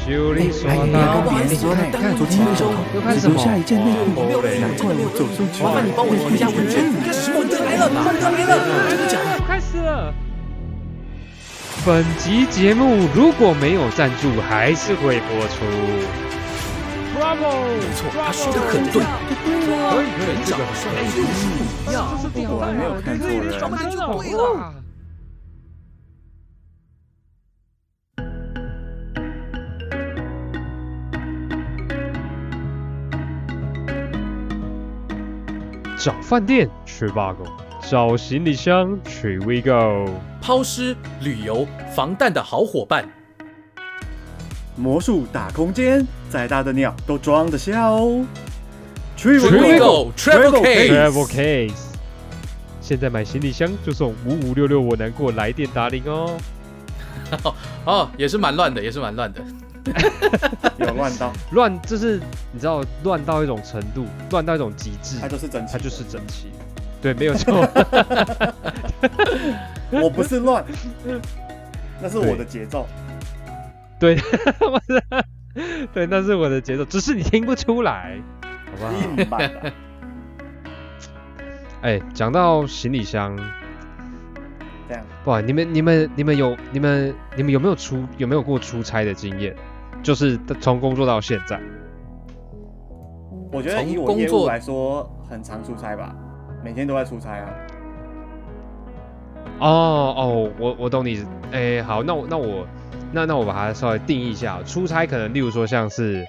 修理刷不到。 好意思，但昨天又开始什么？ 下一件内裤，难怪我走上去。麻烦你帮我传一下文件。孟德来了，真的假的？ 开始了。本集节目如果没有赞助，还是会播出。Bravo！ 没错，他说的很对。 可以，这个果然没有看错人。 真的对了。找饭店去罢工，找行李箱去 WeGo， 抛尸、旅游、防弹的好伙伴。 魔术大空间，再大的鸟都装得下哦。 WeGo Travel Travel Case。 Case， 现在买行李箱就送5566我难过来电打铃哦。 哦，也是蛮乱的，也是蛮乱的。 有乱到， 乱就是你知道乱到一种程度，乱到一种极致， 它就是整齐， 它就是整齐。对，没有错。 我不是乱，那是我的节奏。 对，对，那是我的节奏，只是你听不出来，好不好？ 硬版的。 哎，讲到行李箱， 这样， 哇，你们有没有过出差的经验？就是从工作到现在。 我觉得以我业务来说，很常出差吧，每天都在出差啊。 我懂你。哎，好，那我把它稍微定义一下，出差可能例如说像是，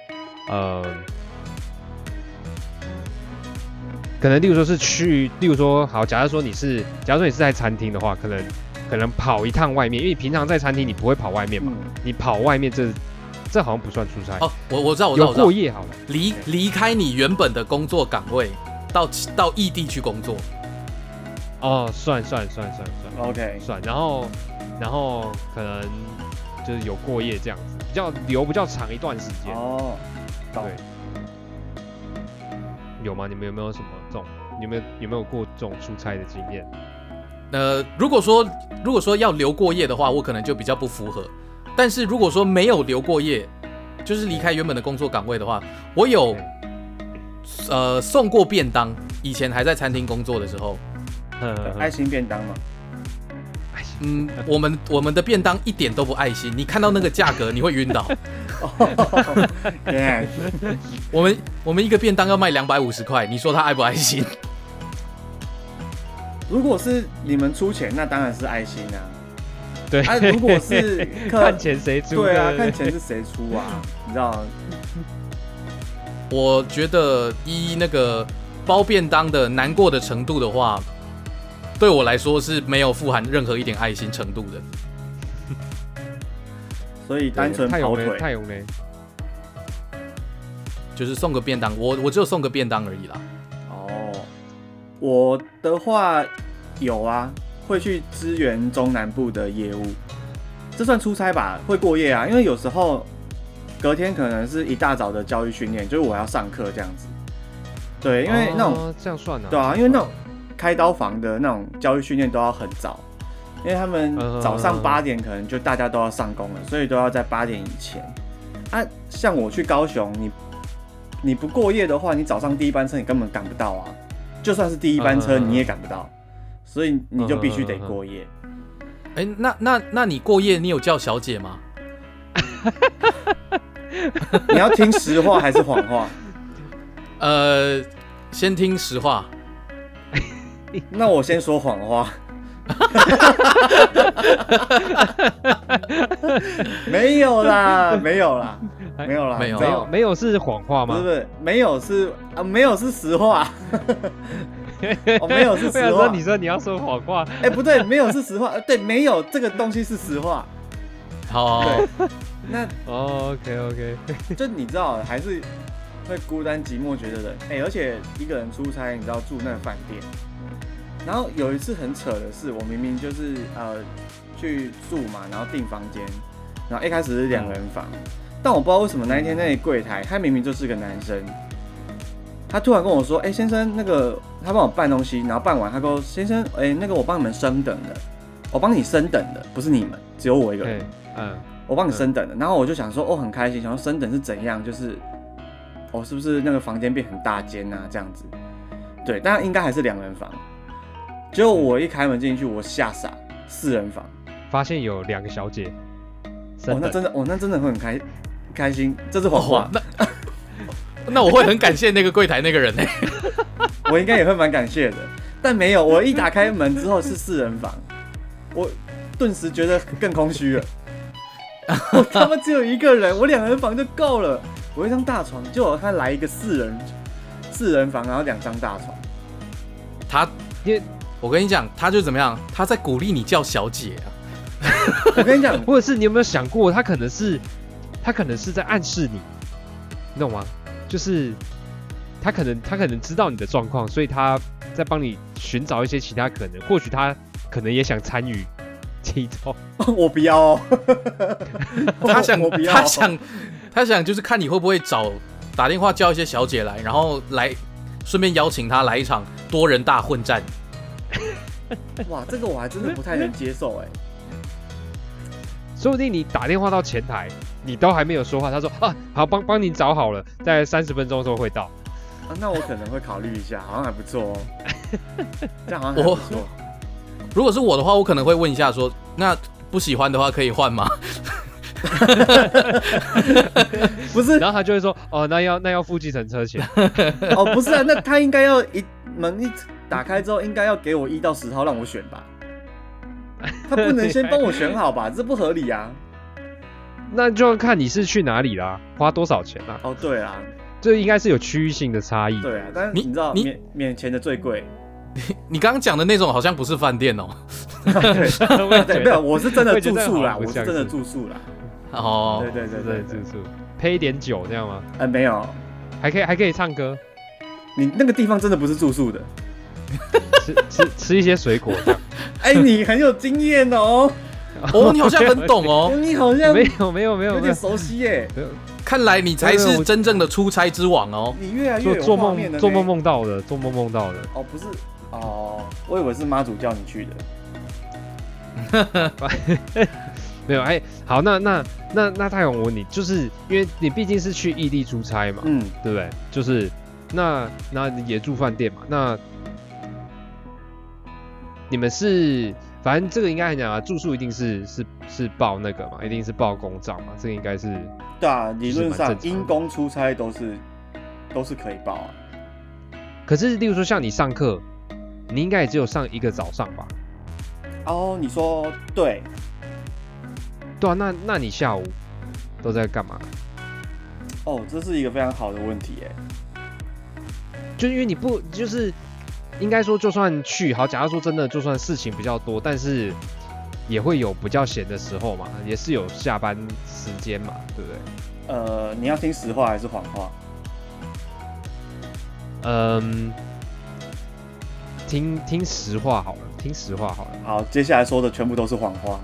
可能例如说是去，例如说好，假如说你是在餐厅的话，可能跑一趟外面，因为你平常在餐厅你不会跑外面嘛，你跑外面这好像不算出差。 哦，我知道， 有过夜好了， 离开你原本的工作岗位，到异地去工作。 哦，算 ，OK， 算，然后可能就是有过夜这样子，留比较长一段时间。 哦， 对，有吗？你们有没有什么这种？有没有过这种出差的经验？ 如果说要留过夜的话，我可能就比较不符合。但是如果说没有留过夜，就是离开原本的工作岗位的话，我有送过便当。以前还在餐厅工作的时候， 爱心便当嘛。 我们的便当一点都不爱心，你看到那个价格你会晕倒。我们一个便当要卖250块，你说他爱不爱心？ 如果是你们出钱，那当然是爱心啊。 对， 如果是看钱谁出？ 对啊，看钱是谁出啊？你知道吗？ 我觉得依那个包便当的难过的程度的话，对我来说是没有富含任何一点爱心程度的。 所以单纯跑腿太勇嘞， 就是送个便当，我只有送个便当而已啦。 哦，我的话有啊。会去支援中南部的业务，这算出差吧？会过夜啊，因为有时候隔天可能是一大早的教育训练，就是我要上课这样子。对，因为那种这样算啊？ 对啊，因为那种开刀房的那种教育训练都要很早，因为他们早上8点可能就大家都要上工了，所以都要在8点以前。啊，像我去高雄，你不过夜的话，你早上第一班车你根本赶不到啊，就算是第一班车你也赶不到。所以你就必须得过夜。 哎，那你过夜你有叫小姐吗？ 你要听实话还是谎话？ 先听实话。 那我先说谎话。没有啦，没有是谎话吗？ 不是，没有是实话。没有是实话。 你说你要说谎话， 不对，没有是实话。对，没有这个东西是实话。 好， 对，那 OK， 就你知道，还是会孤单寂寞觉得冷。而且一个人出差，你知道住那个饭店，然后有一次很扯的是，我明明就是去住嘛，然后订房间，然后一开始是2人房，但我不知道为什么那一天那个柜台，他明明就是个男生。他突然跟我说：“先生，那个他帮我办东西，然后办完，他说先生，那个我帮你们升等的，我帮你升等的，不是你们，只有我一个人。” 我帮你升等了。然后我就想说，很开心，想说升等是怎样，就是是不是那个房间变很大间啊这样子？对，当然应该还是2人房。结果我一开门进去，我吓傻，4人房， 发现有2个小姐。 那真的会很开心，这是谎话。 那我会很感谢那个柜台那个人我应该也会蛮感谢的，但没有，我一打开门之后是4人房，我顿时觉得更空虚了。我他妈只有1个人，我2人房就够了，我1张大床，就我看来一个4人房，然后2张大床。 我跟你讲，他就怎么样，他在鼓励你叫小姐啊。 我跟你讲， 或者是你有没有想过，他可能是在暗示你懂吗？就是他可能知道你的状况，所以他在帮你寻找一些其他可能，或许他可能也想参与其中。 我不要哦， 他想就是看你会不会打电话叫一些小姐来，然后来顺便邀请他来一场多人大混战。 哇，这个我还真的不太能接受说不定你打电话到前台，你都还没有说话，他说好，帮你找好了，在30分钟之后会到。 那我可能会考虑一下，好像还不错哦。这样好像还不错。 如果是我的话，我可能会问一下说，那不喜欢的话可以换吗？ 不是， 然后他就会说那要付计程车钱。 不是啊，那他应该要门一打开之后，应该要给我1到10号让我选吧。他不能先帮我选好吧？这不合理啊。 那就要看你是去哪里啦，花多少钱啦。 对啊， 这应该是有区域性的差异。 对啊，但是你知道免钱的最贵。 你刚刚讲的那种好像不是饭店哦。 对，没有，我是真的住宿啦，我是真的住宿啦。对， 住宿，配一点酒这样吗？ 没有， 还可以唱歌。 你那个地方真的不是住宿的。 吃一些水果这样。 你很有经验哦。 你好像很懂哦。 你好像没有， 有点熟悉耶。 看来你才是真正的出差之王哦。 你越来越有画面的。 做梦梦到的。 不是我以为是妈祖叫你去的。 没有好，那太勇，我问你，就是因为你毕竟是去异地出差嘛，对不对？就是那也住饭店嘛，那你们是，反正这个应该很讲啊，住宿一定是报那个嘛，一定是报公账嘛，这个应该是对啊，理论上因公出差都是可以报啊。 可是，例如说像你上课，你应该也只有上1个早上吧？ 你说对。 对啊，那你下午都在干嘛？ 这是一个非常好的问题耶。 就因为你不就是应该说，就算去好，假如说真的，就算事情比较多，但是也会有比较闲的时候嘛，也是有下班时间嘛，对不对？你要听实话还是谎话？ 听实话好了，听实话好了。 好，接下来说的全部都是谎话。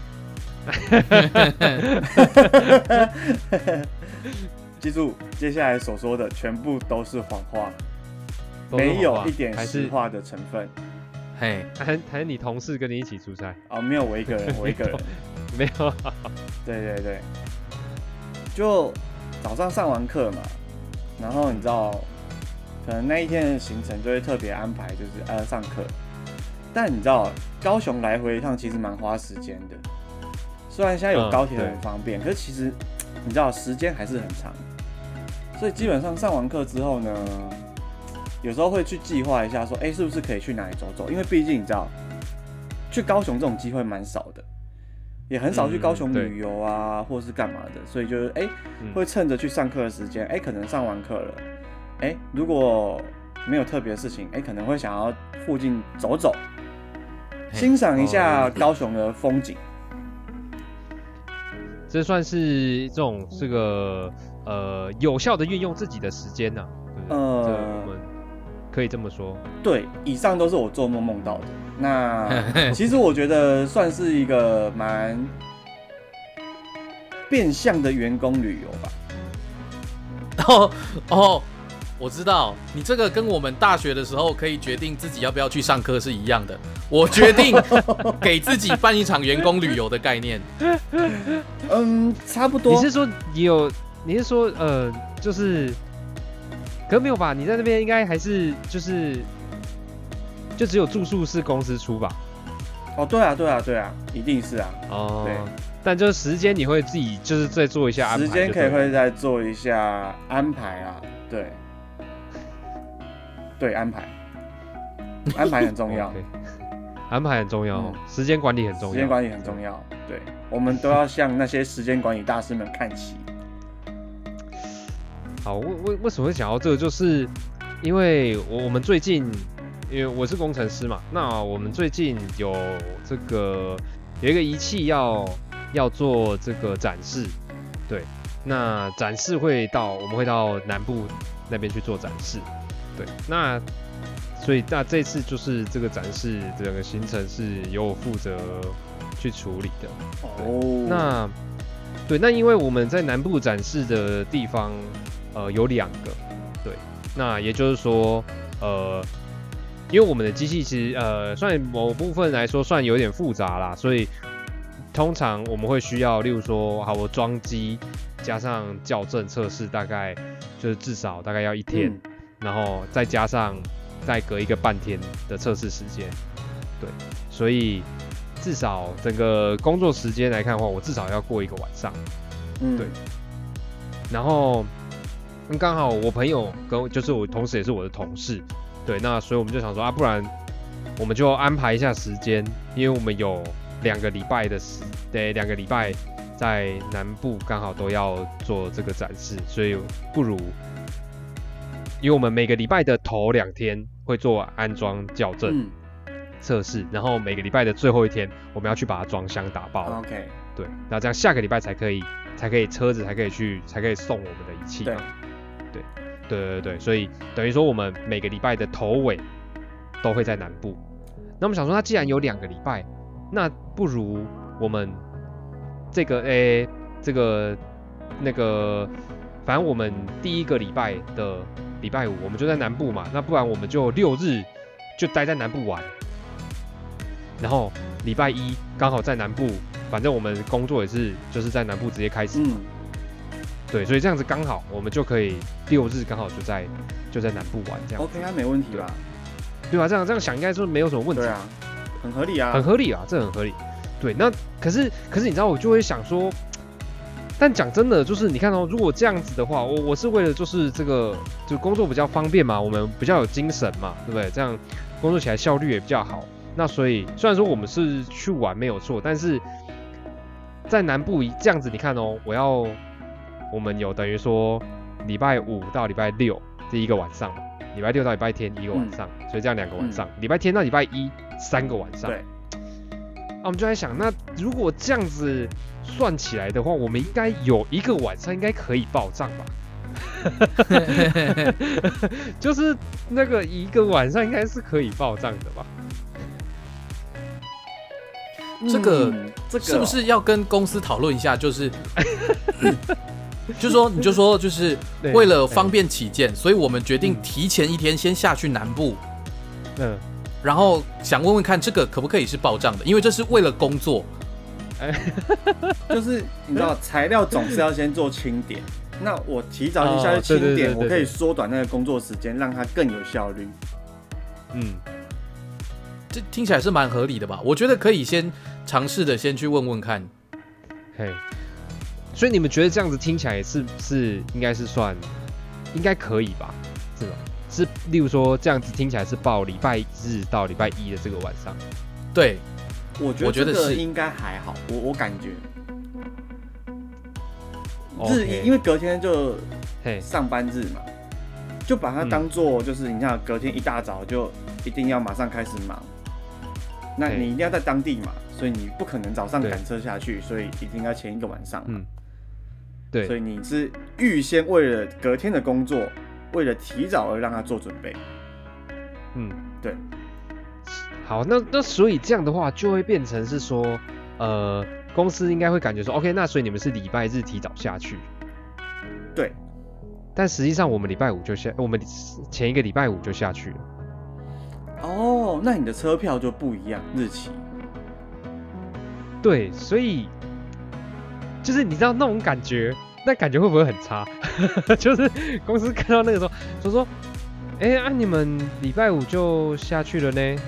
记住，接下来所说的全部都是谎话，没有一点实话的成分。 还是你同事跟你一起出差？ 没有，我一个人， 没有。 对，就早上上完课嘛，然后你知道，可能那一天的行程就会特别安排，就是上课。但你知道，高雄来回一趟其实蛮花时间的。虽然现在有高铁很方便，可是其实你知道时间还是很长，所以基本上上完课之后呢，有时候会去计划一下说，是不是可以去哪里走走？因为毕竟你知道，去高雄这种机会蛮少的，也很少去高雄旅游啊，或是干嘛的，所以就是会趁着去上课的时间，可能上完课了，如果没有特别的事情，可能会想要附近走走，欣赏一下高雄的风景。 这算是这个有效的运用自己的时间呐，对不对？我们可以这么说。 对，以上都是我做梦梦到的。那其实我觉得算是一个蛮变相的员工旅游吧。 我知道你这个跟我们大学的时候可以决定自己要不要去上课是一样的。我决定给自己办一场员工旅游的概念。 差不多。 你是说你是说就是，可是没有吧？你在那边应该还是就只有住宿是公司出吧？ 哦，对啊，一定是啊。 哦， 对。 但就是时间你会自己就是再做一下安排， 时间可以会再做一下安排啊，对，安排很重要， 安排很重要，时间管理很重要， 时间管理很重要，对，我们都要向那些时间管理大师们看齐。 好，为什么会讲到这个？就是因为我们最近，因为我是工程师嘛，那我们最近有一个仪器要做这个展示，对，那展示我们会到南部那边去做展示，对，所以这次就是这个展示整个行程是由我负责去处理的。哦，那因为我们在南部展示的地方有2个，对，那也就是说因为我们的机器其实算某部分来说算有点复杂啦，所以通常我们会需要，例如说，我装机加上校正测试，大概就是至少大概要1天，然后再加上再隔一个半天的测试时间，对，所以至少整个工作时间来看的话，我至少要过1个晚上，对，然后刚好我朋友就是我同时也是我的同事，对，那所以我们就想说不然我们就安排一下时间，因为我们有2个礼拜2个礼拜在南部刚好都要做这个展示，所以不如，因为我们每个礼拜的头2天会做安装校正测试，然后每个礼拜的最后1天我们要去把它装箱打包。 OK， 对，那这样下个礼拜才可以车子才可以送我们的仪器嘛。对，所以等于说我们每个礼拜的头尾都会在南部。那我们想说，那既然有2个礼拜，那不如我们反正我们第1个礼拜的礼拜5我们就在南部嘛，那不然我们就6日就待在南部玩，然后礼拜1刚好在南部，反正我们工作也是就是在南部直接开始嘛，对，所以这样子刚好我们就可以6日刚好就在南部玩这样。 OK， 那没问题吧？ 对啊，这样想应该说没有什么问题。 对啊，很合理啊， 这很合理。对，那可是你知道我就会想说，但讲真的，就是你看如果这样子的话，我是为了就是就工作比较方便嘛，我们比较有精神嘛，对不对？这样工作起来效率也比较好。那所以虽然说我们是去玩没有错，但是在南部这样子，你看我们有等于说礼拜5到礼拜6第1个晚上，礼拜6到礼拜天1个晚上，所以这样2个晚上，礼拜天到礼拜1 3个晚上。对。我们就在想，那如果这样子算起来的话，我们应该有1个晚上应该可以报账吧？就是那个1个晚上应该是可以报账的吧？ 这个是不是要跟公司讨论一下？就是你就说就是为了方便起见，所以我们决定提前1天先下去南部。然后想问问看，这个可不可以是报账的？因为这是为了工作。 就是你知道，材料总是要先做清点。那我提早先下去清点，我可以缩短那个工作时间，让它更有效率。 这听起来是蛮合理的吧？我觉得可以先尝试的先去问问看。 所以你们觉得这样子听起来是应该是算应该可以吧？是吧？是，例如说这样子听起来是报礼拜日到礼拜1的这个晚上。 对， 我觉得这个应该还好，我感觉。因为隔天就上班日嘛，就把它当做就是你看隔天一大早就一定要马上开始忙，那你一定要在当地嘛，所以你不可能早上赶车下去，所以一定要前1个晚上嘛。对，所以你是预先为了隔天的工作，为了提早而让他做准备。对。 好，那所以这样的话就会变成是说，公司应该会感觉说 ，OK， 那所以你们是礼拜日提早下去。 对。 但实际上我们前一个礼拜五就下去了。 哦，那你的车票就不一样，日期。 对，所以就是你知道那种感觉，那感觉会不会很差？就是公司看到那个时候就说，你们礼拜五就下去了呢？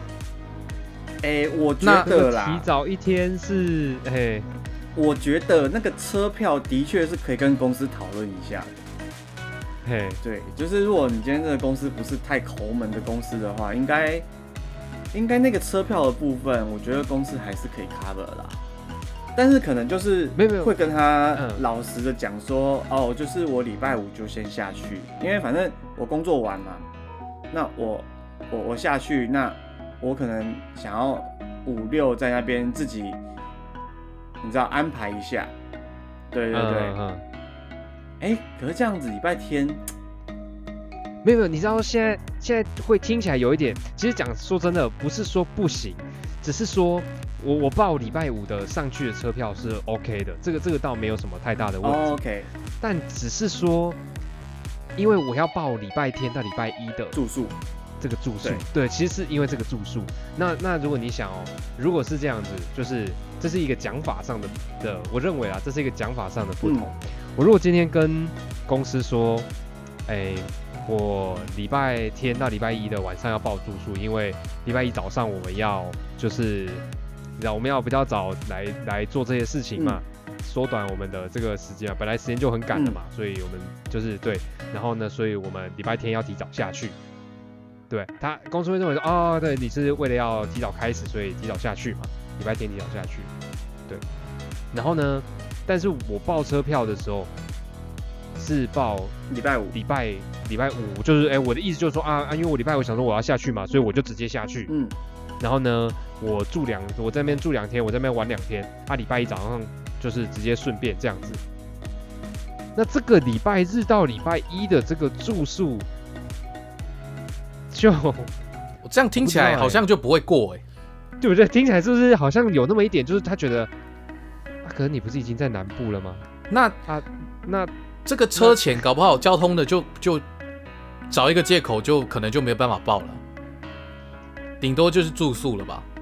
我觉得啦， 提早一天是， 我觉得那个车票的确是可以跟公司讨论一下的。对，就是如果你今天这个公司不是太抠门的公司的话，应该那个车票的部分，我觉得公司还是可以 cover 啦。但是可能就是会跟他老实的讲说，就是我礼拜五就先下去，因为反正我工作完嘛，那我下去，那我可能想要5、6在那边自己，你知道安排一下。对。可是这样子礼拜天， 没有，你知道现在会听起来有一点，其实说真的，不是说不行，只是说我报礼拜五的上去的车票是 OK 的，这个倒没有什么太大的问题。 OK， 但只是说，因为我要报礼拜天到礼拜一的住宿， 这个住宿，对，其实是因为这个住宿。那如果你想如果是这样子，就是这是一个讲法上的，我认为啊，这是一个讲法上的不同。我如果今天跟公司说，我礼拜天到礼拜一的晚上要报住宿，因为礼拜一早上我们要就是我们要比较早来做这些事情嘛，缩短我们的这个时间啊，本来时间就很赶的嘛，所以我们就是对，然后呢，所以我们礼拜天要提早下去。对，公司会认为说，对，你是为了要提早开始，所以提早下去嘛，礼拜天提早下去。对，然后呢，但是我报车票的时候是报礼拜五，就是我的意思就是说因为我礼拜五想说我要下去嘛，所以我就直接下去。然后呢，我在那边住2天，我在那边玩2天，礼拜一早上就是直接顺便这样子。那这个礼拜日到礼拜一的这个住宿，就我这样听起来好像就不会过对不对？听起来是不是好像有那么一点，就是他觉得可是你不是已经在南部了吗？那这个车钱搞不好交通的就找一个借口，就可能就没有办法报了，顶多就是住宿了吧？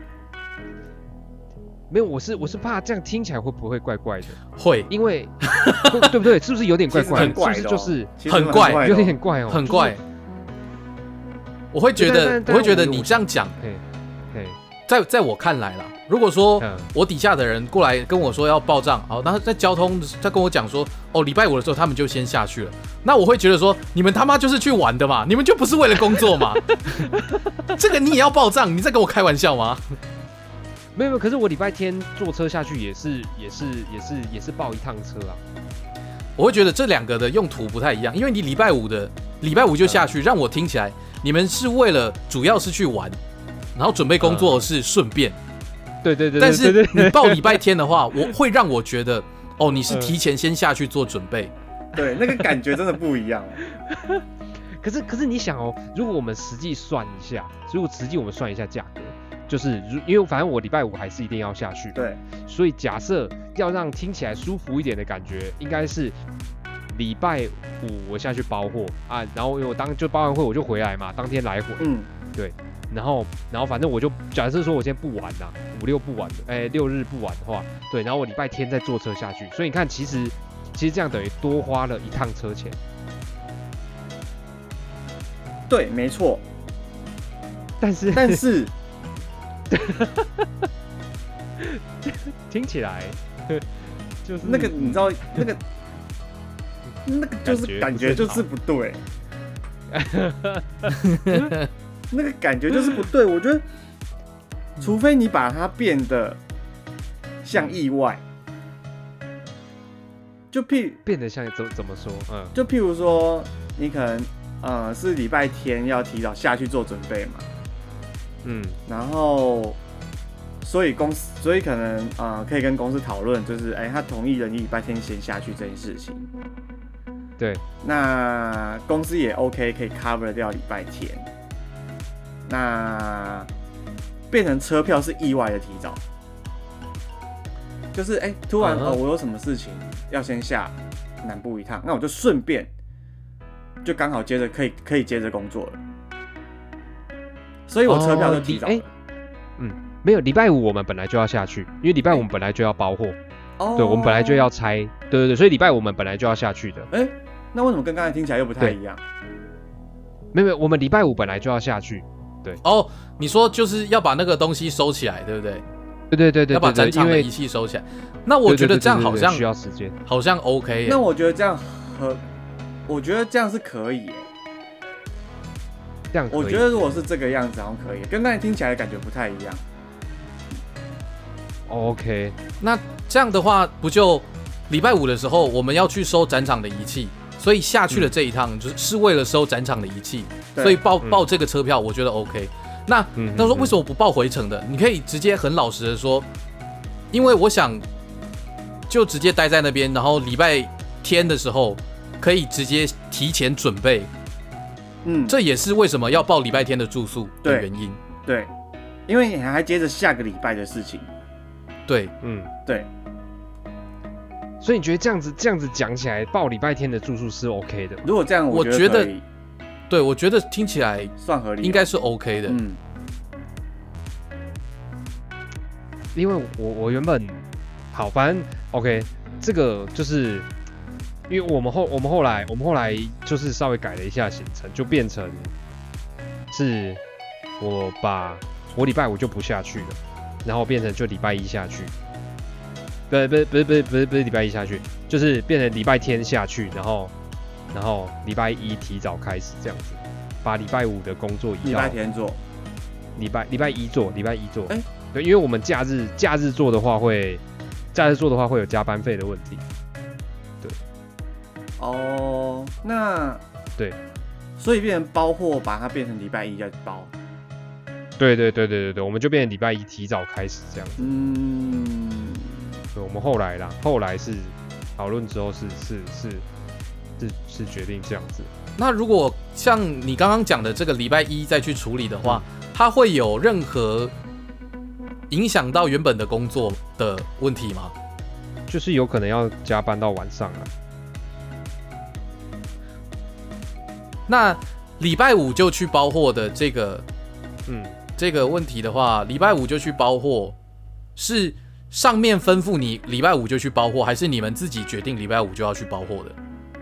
没有，我是怕这样听起来会不会怪怪的？ 会， 因为对不对？是不是有点怪怪的？ 很怪的， 是不是就是很怪， 有点怪哦， 很怪。我会觉得你这样讲，在我看来啦，如果说我底下的人过来跟我说要报账，好，那在交通他跟我讲说，礼拜五的时候他们就先下去了，那我会觉得说，你们他妈就是去玩的嘛，你们就不是为了工作嘛，这个你也要报账，你在跟我开玩笑吗？ 没有，可是我礼拜天坐车下去也是报一趟车啊。 我会觉得这两个的用途不太一样，因为你礼拜五就下去，让我听起来你们是为了主要是去玩，然后准备工作是顺便。 对。 但是你报礼拜天的话，我会让我觉得你是提前先下去做准备。 对，那个感觉真的不一样。 可是你想如果我们实际算一下，我们算一下价格。就是因为反正我礼拜五还是一定要下去， 对， 所以假设要让听起来舒服一点的感觉，应该是礼拜五我下去包货然后因为我就包完货我就回来嘛，当天来回，对，然后反正我就假设说我今天不玩啦，5、6不玩的，6日不玩的话，对，然后我礼拜天再坐车下去，所以你看其实这样等于多花了一趟车钱， 对，没错， 但是听起来就是那个你知道那个就是感觉就是不对，那个感觉就是不对。我觉得，除非你把它变得像意外，就变得像怎么说？ 就譬如说你可能是礼拜天要提早下去做准备嘛。然后，所以可能可以跟公司讨论，就是他同意了你礼拜天先下去这件事情。 对， 那公司也 OK， 可以 cover 掉礼拜天。那变成车票是意外的提早，就是突然我有什么事情要先下南部一趟，那我就顺便就刚好接着可以接着工作了，所以我车票就提早了。 没有，礼拜五我们本来就要下去，因为礼拜五我们本来就要包货，对，我们本来就要拆，对，所以礼拜五我们本来就要下去的。 那为什么跟刚才听起来又不太一样？ 没有，我们礼拜五本来就要下去。对。 哦，你说就是要把那个东西收起来，对不对？ 对， 要把展场的仪器收起来。那我觉得这样好像需要时间， 好像 OK。 那我觉得这样我觉得这样是可以耶。 这样可以。 我觉得如果是这个样子，好像可以，跟刚才听起来的感觉不太一样。 OK， 那这样的话，不就礼拜五的时候我们要去收展场的仪器，所以下去了这一趟就是为了收展场的仪器，所以报这个车票，我觉得 OK。那他说为什么不报回程的？你可以直接很老实的说，因为我想就直接待在那边，然后礼拜天的时候可以直接提前准备。这也是为什么要报礼拜天的住宿的原因。 对，因为你还接着下个礼拜的事情。 对， 对。 所以你觉得这样子讲起来，报礼拜天的住宿是 OK 的？ 如果这样，我觉得可以。 对，我觉得听起来算合理， 应该是 OK 的。 因为我原本好，反正 OK， 这个就是因为我们后来就是稍微改了一下行程，就变成是我礼拜五就不下去了，然后变成就礼拜一下去。不是礼拜一下去，就是变成礼拜天下去，然后礼拜一提早开始这样子，把礼拜五的工作移到礼拜天做， 礼拜一做。对，因为我们假日做的话会有加班费的问题。对。 哦，那对， 所以变成包货，把它变成礼拜一再包。 对，我们就变成礼拜一提早开始这样子。对，我们后来是讨论之后是决定这样子。 那如果像你刚刚讲的这个礼拜一再去处理的话，它会有任何影响到原本的工作的问题吗？ 就是有可能要加班到晚上了。 那礼拜五就去包货的这个问题的话，礼拜五就去包货，是上面吩咐你礼拜五就去包货，还是你们自己决定礼拜五就要去包货的？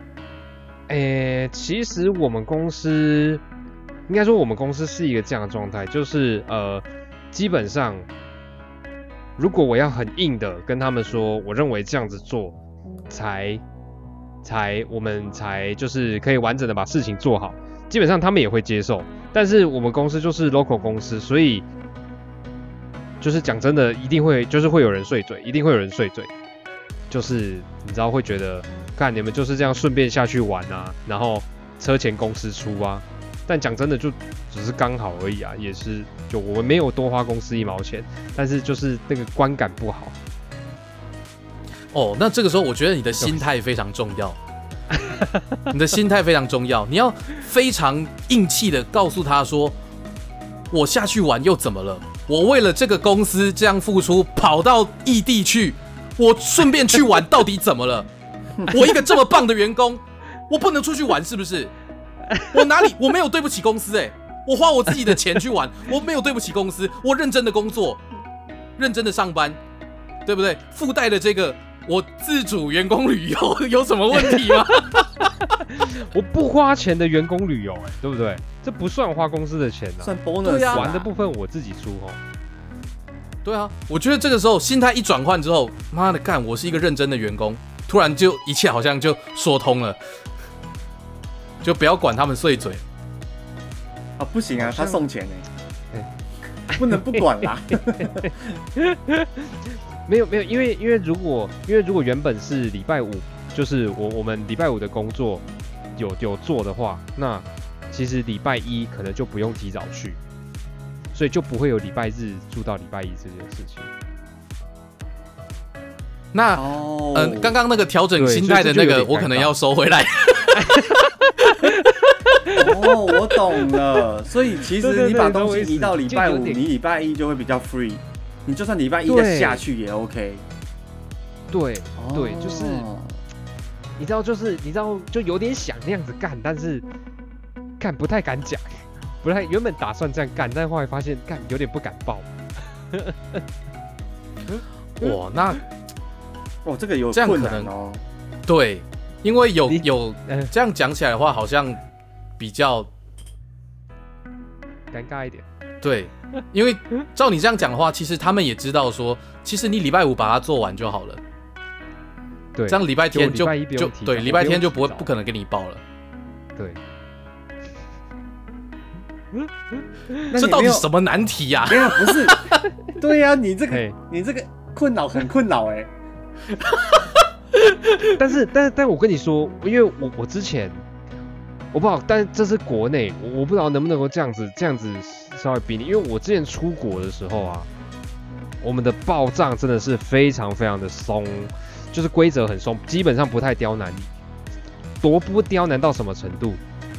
其实我们公司应该说我们公司是一个这样的状态，就是基本上如果我要很硬的跟他们说，我认为这样子做我们才就是可以完整的把事情做好，基本上他们也会接受。但是我们公司就是 local 公司，所以就是讲真的，一定会有人碎嘴，就是你知道会觉得，看你们就是这样顺便下去玩啊，然后车钱公司出啊。但讲真的，就只是刚好而已啊，也是就我们没有多花公司1毛钱，但是就是那个观感不好。 哦，那这个时候我觉得你的心态非常重要。你的心态非常重要，你要非常硬气的告诉他说，我下去玩又怎么了？我为了这个公司这样付出，跑到异地去，我顺便去玩，到底怎么了？我一个这么棒的员工，我不能出去玩是不是？我没有对不起公司我花我自己的钱去玩，我没有对不起公司，我认真的工作，认真的上班，对不对？附带的这个我自主员工旅游有什么问题吗？ 我不花钱的员工旅游对不对？这不算花公司的钱啊， 算 bonus 玩的部分我自己出对啊，我觉得这个时候心态一转换之后，妈的干，我是一个认真的员工，突然就一切好像就说通了，就不要管他们碎嘴啊！不行啊，他送钱不能不管啦。 没有，因为如果原本是礼拜五，就是我们礼拜五的工作有做的话，那其实礼拜一可能就不用提早去，所以就不会有礼拜日住到礼拜一这件事情。 那刚刚那个调整心态的那个，我可能要收回来。 我懂了。所以其实你把东西移到礼拜五，你礼拜一就会比较 free。你就算礼拜一再下去也 OK。 对，就是你知道就有点想那样子干，但是干不太敢讲，原本打算这样干，但后来发现干有点不敢爆。 哇，那这个有这样困可能难哦。 对，因为有嗯这样讲起来的话，好像比较尴尬一点。 对，因为照你这样讲的话，其实他们也知道说，其实你礼拜五把它做完就好了。 对， 这样礼拜天礼拜一不用提早对，礼拜天就不用提早不可能给你报了。 对， 这到底什么难题呀？ 没有，不是，对呀，你这嘿个困扰很困扰哎。 但我跟你说，因为我之前我不知道，但这是国内，我不知道能不能够这样子稍微比你，因为我之前出国的时候啊，我们的报账真的是非常非常的松，就是规则很松，基本上不太刁难你。多不刁难到什么程度？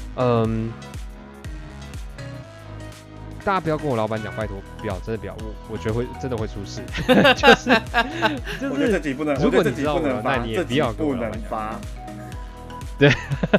大家不要跟我老板讲，拜托，不要，真的不要，我觉得真的会出事，就是我觉得这集不能， 如果你这集知道我了， 不能发， 那你也不要跟不能我老板讲。 发。 对，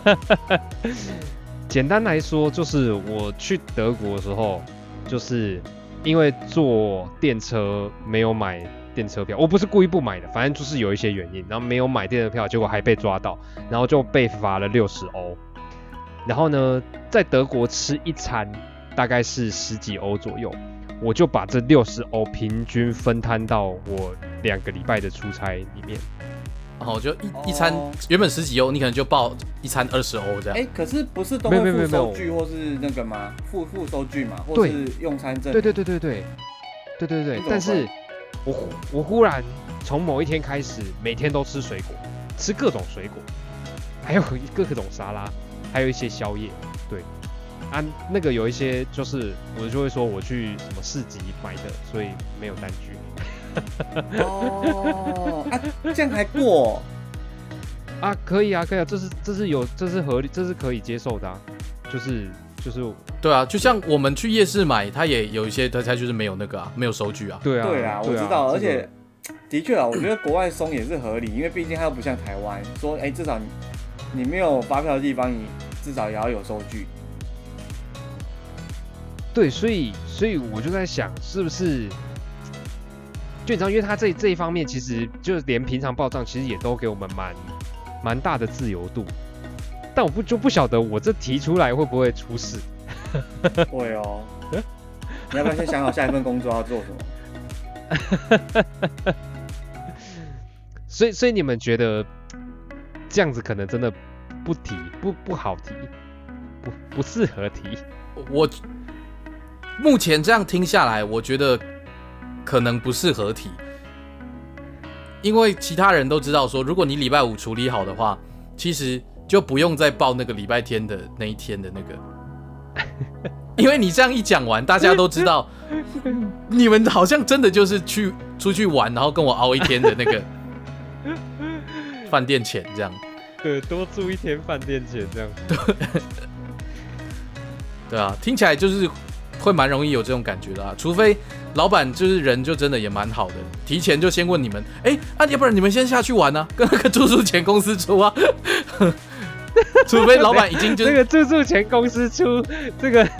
简单来说，就是我去德国的时候，就是因为坐电车没有买电车票，我不是故意不买的，反正就是有一些原因，然后没有买电车票，结果还被抓到，然后就被罚了60欧。然后呢，在德国吃一餐大概是10几欧左右，我就把这60欧平均分摊到我2个礼拜的出差里面。 然后就一餐原本10几欧，你可能就报一餐20欧这样。 可是不是都会附收据或是那个吗？附收据嘛，或是用餐证。 对。但是我忽然从某一天开始，每天都吃水果，吃各种水果，还有各种沙拉，还有一些宵夜。对，啊，那个有一些就是我就会说我去什么市集买的，所以没有单据。 这样还过啊？可以啊，这是合理，这是可以接受的啊。就是对啊，就像我们去夜市买，它也有一些它就是没有那个啊，没有收据啊。 对啊，我知道，而且的确啊，我觉得国外松也是合理，因为毕竟它又不像台湾说，至少你没有发票的地方，你至少也要有收据。 对，所以我就在想，是不是？就你知道，因为他这一方面，其实就连平常报账，其实也都给我们蛮大的自由度。但我不晓得我这提出来会不会出事。 会哦。你要不要先想好下一份工作要做什么？ 所以你们觉得这样子可能真的不提，不好提，不适合提？ 我目前这样听下来，我觉得可能不适合提，因为其他人都知道说，如果你礼拜五处理好的话，其实就不用再报那个礼拜天的那一天的那个，因为你这样一讲完，大家都知道，你们好像真的就是出去玩，然后跟我熬一天的那个饭店钱这样。 对，多住一天饭店钱这样。 对啊，听起来就是会蛮容易有这种感觉的啊，除非老板就是人就真的也蛮好的，提前就先问你们，要不然你们先下去玩啊，跟那个住宿钱公司出啊。除非老板已经就是那个住宿钱公司出，这个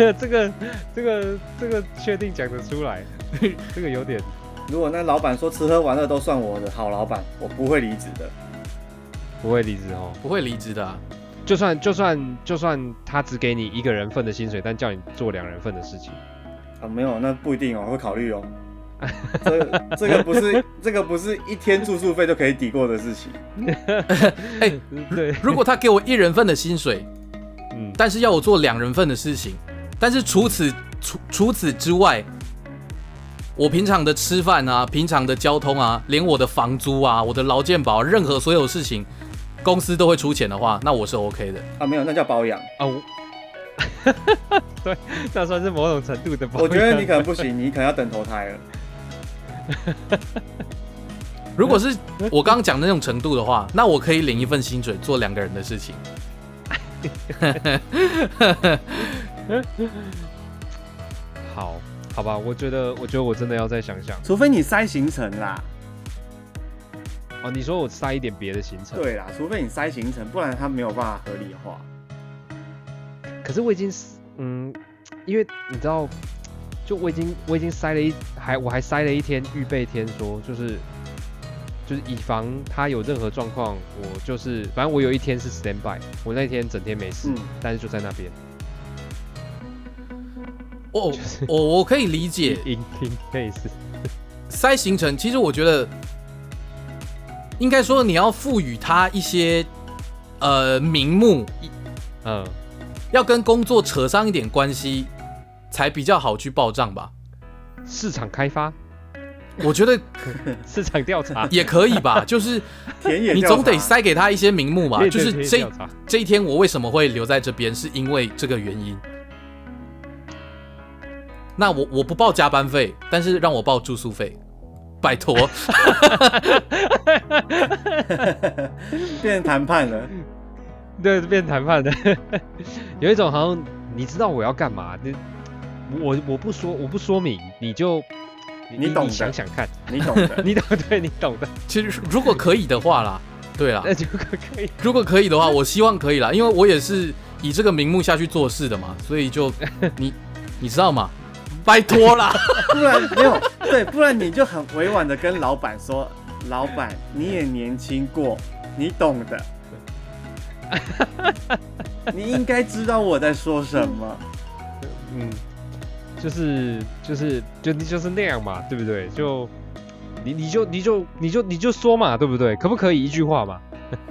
确定讲得出来，这个有点。 如果那老板说吃喝玩乐都算我的，好老板，我不会离职的。 不会离职哦， 不会离职的啊。 就算他只给你1个人份的薪水，但叫你做2人份的事情。 没有，那不一定哦，会考虑哦。这个不是一天住宿费就可以抵过的事情。 对， 如果他给我1人份的薪水，但是要我做2人份的事情，但是除此之外，我平常的吃饭啊，平常的交通啊，连我的房租啊，我的劳健保，任何所有事情，公司都会出钱的话，那我是 OK 的。 没有，那叫包养啊。对，那算是某种程度的包养。 我觉得你可能不行，你可能要等投胎了。 如果是我刚刚讲的那种程度的话，那我可以领一份薪水做2个人的事情。 好吧，我觉得我真的要再想想。 除非你塞行程啦。 哦，你说我塞一点别的行程？ 对啦，除非你塞行程，不然它没有办法合理化。 可是我已经因为你知道，就我已经塞了我还塞了一天预备天，说就是以防他有任何状况，我就是反正我有一天是 stand by， 我那天整天没事，但是就在那边。 我可以理解 in case 塞行程，其实我觉得应该说你要赋予它一些名目，要跟工作扯上一点关系，才比较好去报账吧。 市场开发， 我觉得市场调查也可以吧，就是你总得塞给他一些名目嘛，就是这一天我为什么会留在这边，是因为这个原因。那我不报加班费，但是让我报住宿费，拜托。 变成谈判了。 对，变谈判的。有一种好像你知道我要干嘛，我不说明，你懂的，你想想看， 你懂的， 你懂，对，你懂的。 其实如果可以的话啦，对啦，如果可以的话，我希望可以啦，因为我也是以这个名目下去做事的嘛，所以就你知道吗？拜托啦， 不然没有对，不然你就很委婉的跟老板说，老板你也年轻过，你懂的，你应该知道我在说什么。 就是那样嘛，对不对？就你就说嘛，对不对？可不可以一句话嘛？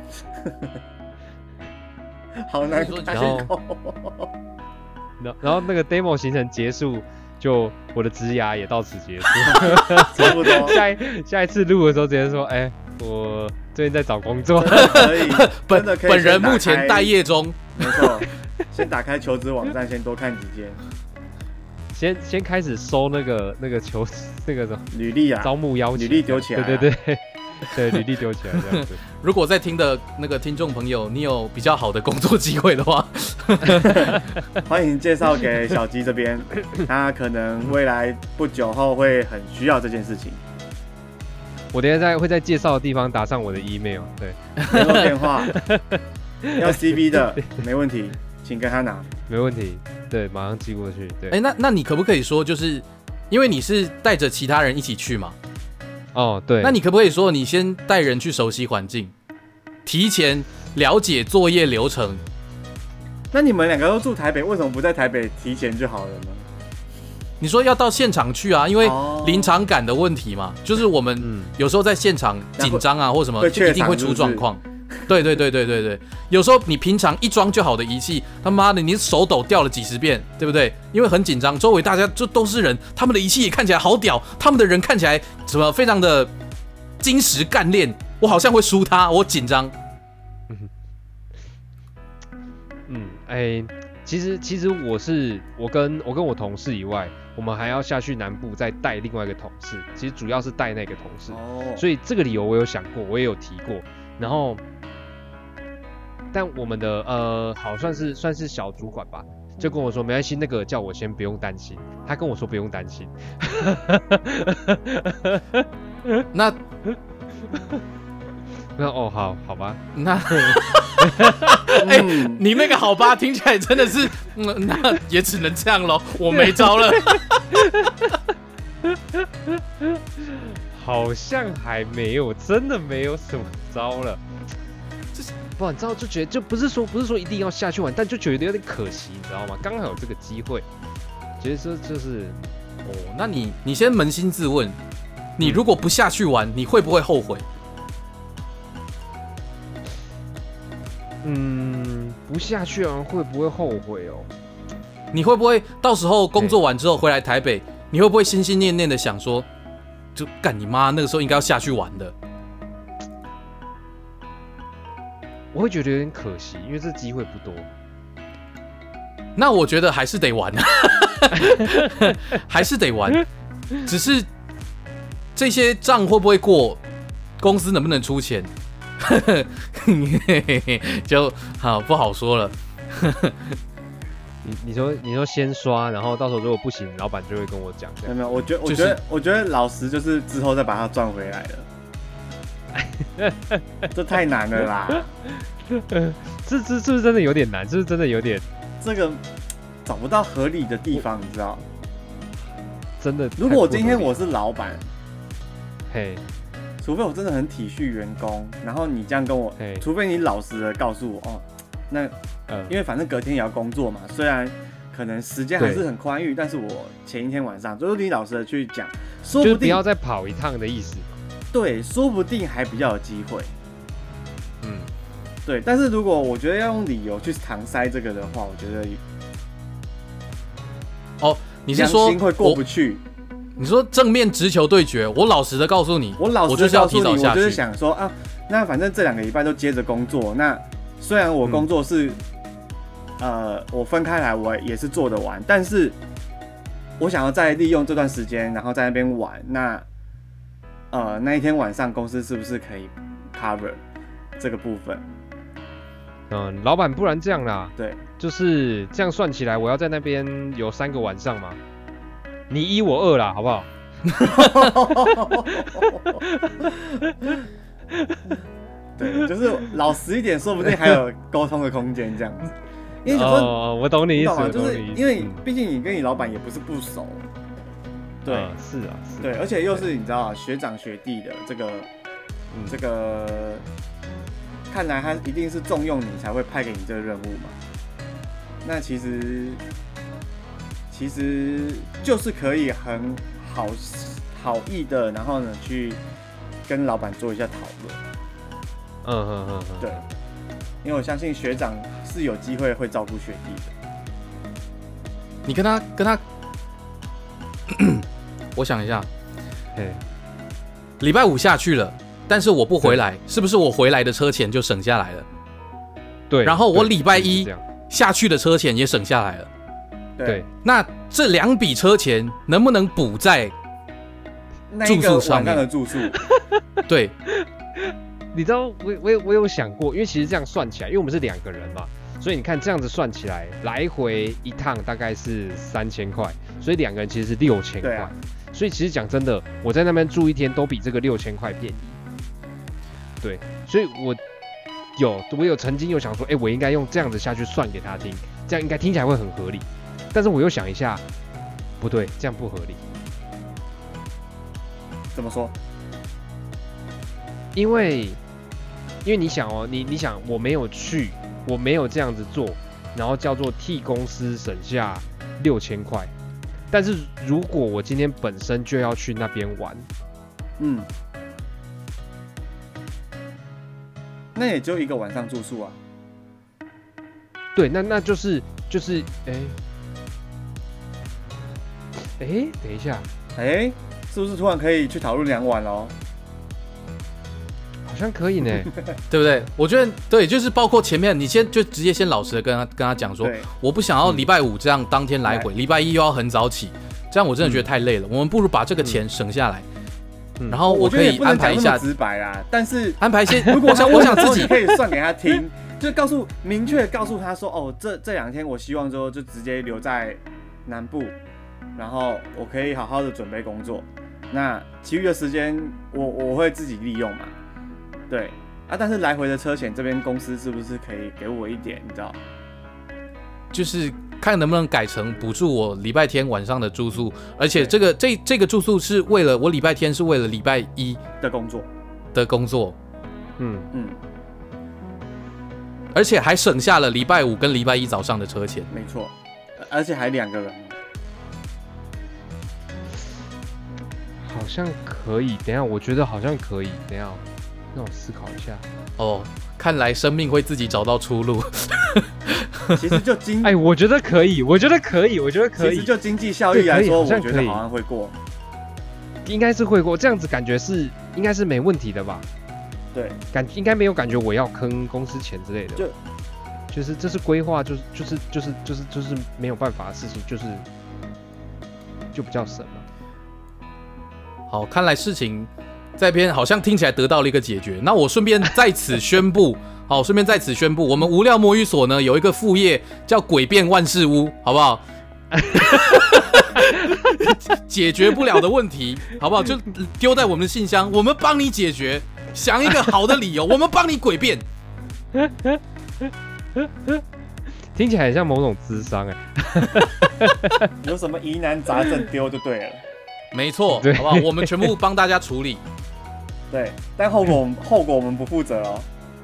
好难开口。 然后那个 demo 行程结束，就我的职涯也到此结束。 差不多。 下一次录的时候直接说，我最近在找工作。 可以，真的可以。 本人目前待业中。 没错，先打开求职网站，先多看几间。 先开始收那个求那个什么履历啊， 招募邀请， 履历丢起来。 对，履历丢起来这样子。 如果在听的那个听众朋友，你有比较好的工作机会的话， 欢迎介绍给小鸡这边，他可能未来不久后会很需要这件事情。 我等一下会在介绍的地方打上我的 email， 对， 联络电话，要 CV 的没问题，请跟他拿， 没问题，对，马上寄过去。对， 那你可不可以说，就是因为你是带着其他人一起去嘛？ 哦，对。 那你可不可以说，你先带人去熟悉环境，提前了解作业流程？ 那你们两个都住台北，为什么不在台北提前就好了呢？ 你说要到现场去啊，因为临场感的问题嘛，就是我们有时候在现场紧张啊或什么，就一定会出状况。对，有时候你平常一装就好的仪器，他妈的你手抖掉了几十遍，对不对？因为很紧张，周围大家就都是人，他们的仪器也看起来好屌，他们的人看起来什么非常的精实干练，我好像会输他，我紧张。 其实我跟我同事以外，我们还要下去南部再带另外一个同事，其实主要是带那个同事，所以这个理由我有想过，我也有提过，然后。但我们的好算是小主管吧，就跟我说没关系，那个叫我先不用担心。他跟我说不用担心。 那好吧。 那你那个好吧，听起来真的是，那也只能这样咯，我没招了。 好像还没有，真的没有什么招了。不，你知道就觉得就不是说一定要下去玩，但就觉得有点可惜，你知道吗？刚好有这个机会，觉得说就是那你先扪心自问，你如果不下去玩，你会不会后悔？ 不下去玩会不会后悔哦？ 你会不会到时候工作完之后回来台北，你会不会心心念念的想说，就干你妈，那个时候应该要下去玩的？ 我会觉得有点可惜，因为这机会不多。 那我觉得还是得玩，还是得玩。只是这些账会不会过，公司能不能出钱，就好不好说了。 你说先刷，然后到时候如果不行，老板就会跟我讲。 没有，我觉得老实就是之后再把它赚回来了。 这太难了啦， 这是不是真的有点难？是不是真的有点这个找不到合理的地方，你知道？ 真的？ 如果今天我是老板， 嘿， 除非我真的很体恤员工，然后你这样跟我，除非你老实的告诉我哦，那因为反正隔天也要工作嘛，虽然可能时间还是很宽裕，但是我前一天晚上就是你老实的去讲，说不定就是不要再跑一趟的意思。对， 说不定还比较有机会。 嗯， 对，但是如果我觉得要用理由去搪塞这个的话，我觉得你是说良心会过不去？ 你说正面直球对决，我老实的告诉你， 我老实就是要提早下去， 我就是想说啊，那反正这2个礼拜都接着工作，那虽然我工作是、我分开来我也是做得完，但是我想要再利用这段时间，然后在那边玩，那那一天晚上公司是不是可以 cover 这个部分？ 老板，不然这样啦， 对， 就是这样算起来，我要在那边有3个晚上嘛，你1我2啦，好不好？ 对，就是老实一点，说不定还有沟通的空间这样子。因为我懂你意思， 就是因为毕竟你跟你老板也不是不熟，对， 是啊， 对，而且又是你知道学长学弟的这个，看来他一定是重用你才会派给你这个任务嘛。那其实就是可以很好意的，然后呢去跟老板做一下讨论。对，因为我相信学长是有机会会照顾学弟的。 你跟他，我想一下，礼拜5下去了，但是我不回来，是不是我回来的车钱就省下来了？ 对。 然后我礼拜1下去的车钱也省下来了。 对。 那这2笔车钱能不能补在住宿上面？ 那一个晚上的住宿。 对。 你知道我有想过，因为其实这样算起来，因为我们是2个人嘛，所以你看这样子算起来，来回一趟大概是3000块，所以2个人其实是6000块。啊、所以其实讲真的，我在那边住1天都比这个6000块便宜。对，所以我有曾经有想说，我应该用这样子下去算给他听，这样应该听起来会很合理。但是我又想一下，不对，这样不合理。 怎么说？ 因为你想哦，你想我没有去，我没有这样子做，然后叫做替公司省下6000块。但是如果我今天本身就要去那边玩， 那也就1个晚上住宿啊。 对，那就是等一下， 是不是突然可以去讨论2晚咯？ 好像可以呢， 对不对？我觉得对，就是包括前面，你就直接先老实的跟他讲说，我不想要礼拜5这样当天来回，礼拜1又要很早起，这样我真的觉得太累了。我们不如把这个钱省下来，然后我可以安排一下。 直白啦，但是安排一些， 如果我想自己可以算给他听，就明确告诉他说，哦，这2天我希望之后就直接留在南部，然后我可以好好的准备工作，那其余的时间我会自己利用嘛。对啊，但是来回的车钱这边公司是不是可以给我一点？你知道， 就是看能不能改成补助我礼拜天晚上的住宿，而且这个住宿是为了我礼拜天是为了礼拜1 的工作， 而且还省下了礼拜5跟礼拜1早上的车钱。 没错，而且还2个人。 好像可以，等一下，我觉得好像可以，等一下，让我思考一下。 哦，看来生命会自己找到出路。 其实就我觉得可以，我觉得可以。 其实就经济效益来说，我觉得好像会过， 应该是会过，这样子感觉应该是没问题的吧？ 对， 应该没有感觉我要坑公司钱之类的。就是这是规划，就是没有办法的事情，就比较省嘛。 好，看来事情在边好像听起来得到了一个解决。那我顺便在此宣布，我们无料魔语所呢有一个副业叫诡辩万事屋，好不好？解决不了的问题，好不好？就丢在我们的信箱，我们帮你解决。 想一个好的理由，我们帮你诡辩。 听起来很像某种咨商有什么疑难杂症丢就对了。 没错， 对好不好？我们全部帮大家处理。 对，但后果我们不负责哦。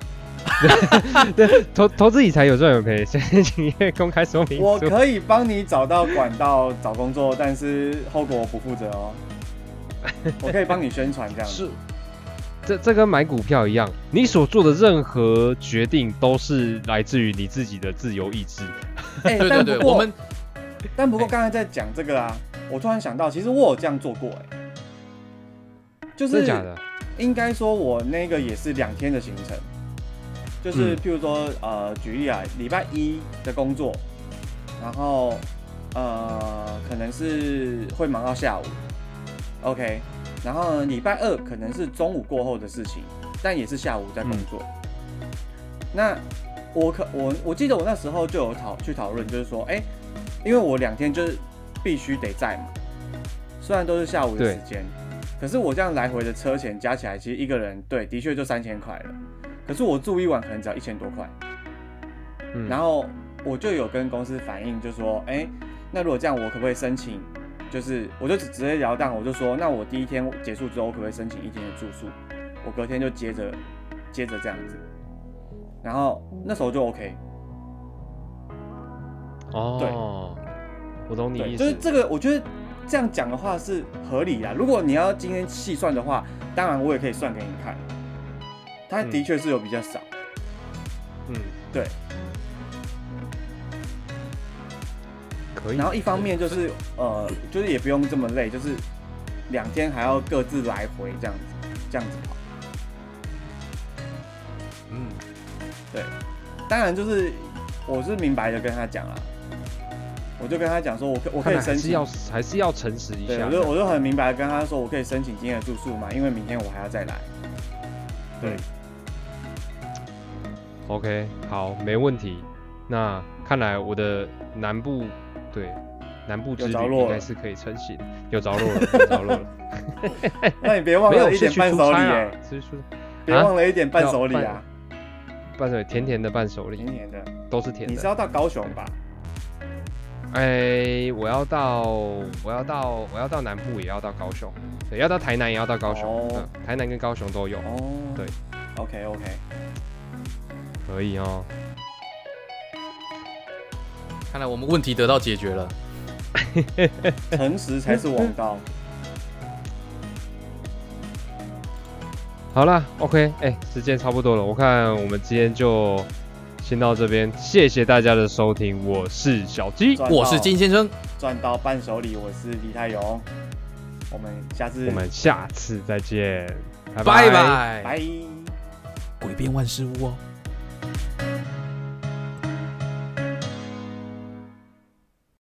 对，投资理财有赚有赔，先请阅公开说明书。 我可以帮你找到管道找工作，但是后果我不负责哦。我可以帮你宣传这样子。 这跟买股票一样，你所做的任何决定都是来自于你自己的自由意志。 对对对，我们但不过刚才在讲这个啊，我突然想到，其实我有这样做过就是真的假的？ 应该说我那个也是2天的行程，就是譬如说举例啊，礼拜一的工作，然后可能是会忙到下午 ，OK。然后礼拜二可能是中午过后的事情，但也是下午在工作。那我记得我那时候就有去讨论，就是说，因为我2天就是必须得在嘛，虽然都是下午的时间，可是我这样来回的车钱加起来，其实一个人对的确就3000块了。可是我住一晚可能只要1000多块。然后我就有跟公司反映，就说，那如果这样，我可不可以申请？就是我就直接聊当，我就说，那我第1天结束之后，我可不可以申请1天的住宿？我隔天就接着这样子，然后那时候就 OK。 哦， 对， 我懂你意思。 就是这个，我觉得这样讲的话是合理啊。如果你要今天细算的话，当然我也可以算给你看，它的确是有比较少。对。 可以。 然后一方面就是就是也不用这么累，就是2天还要各自来回这样子跑。对。当然就是我是明白的跟他讲啦，我就跟他讲说我可以申请， 还是要诚实一下。 对，我就很明白的跟他说，我可以申请今天的住宿嘛，因为明天我还要再来。对。 OK， 好，没问题。那看来我的南部之旅应该是可以成型，有着落了。 那你别忘了一点伴手礼别忘了一点伴手礼啊！ 伴手礼甜甜的伴手礼， 甜的都是甜的。 你是要到高雄吧？ 我要到南部，也要到高雄，对，要到台南也要到高雄，台南跟高雄都有。对 ，OK， 可以哦。 看来我们问题得到解决了。 诚实才是王道。 好啦 OK， 时间差不多了，我看我们今天就先到这边，谢谢大家的收听，我是小鸡， 我是金先生， 赚到伴手礼，我是李泰勇，我们下次再见， 拜拜， 拜， 诡辩万事屋哦。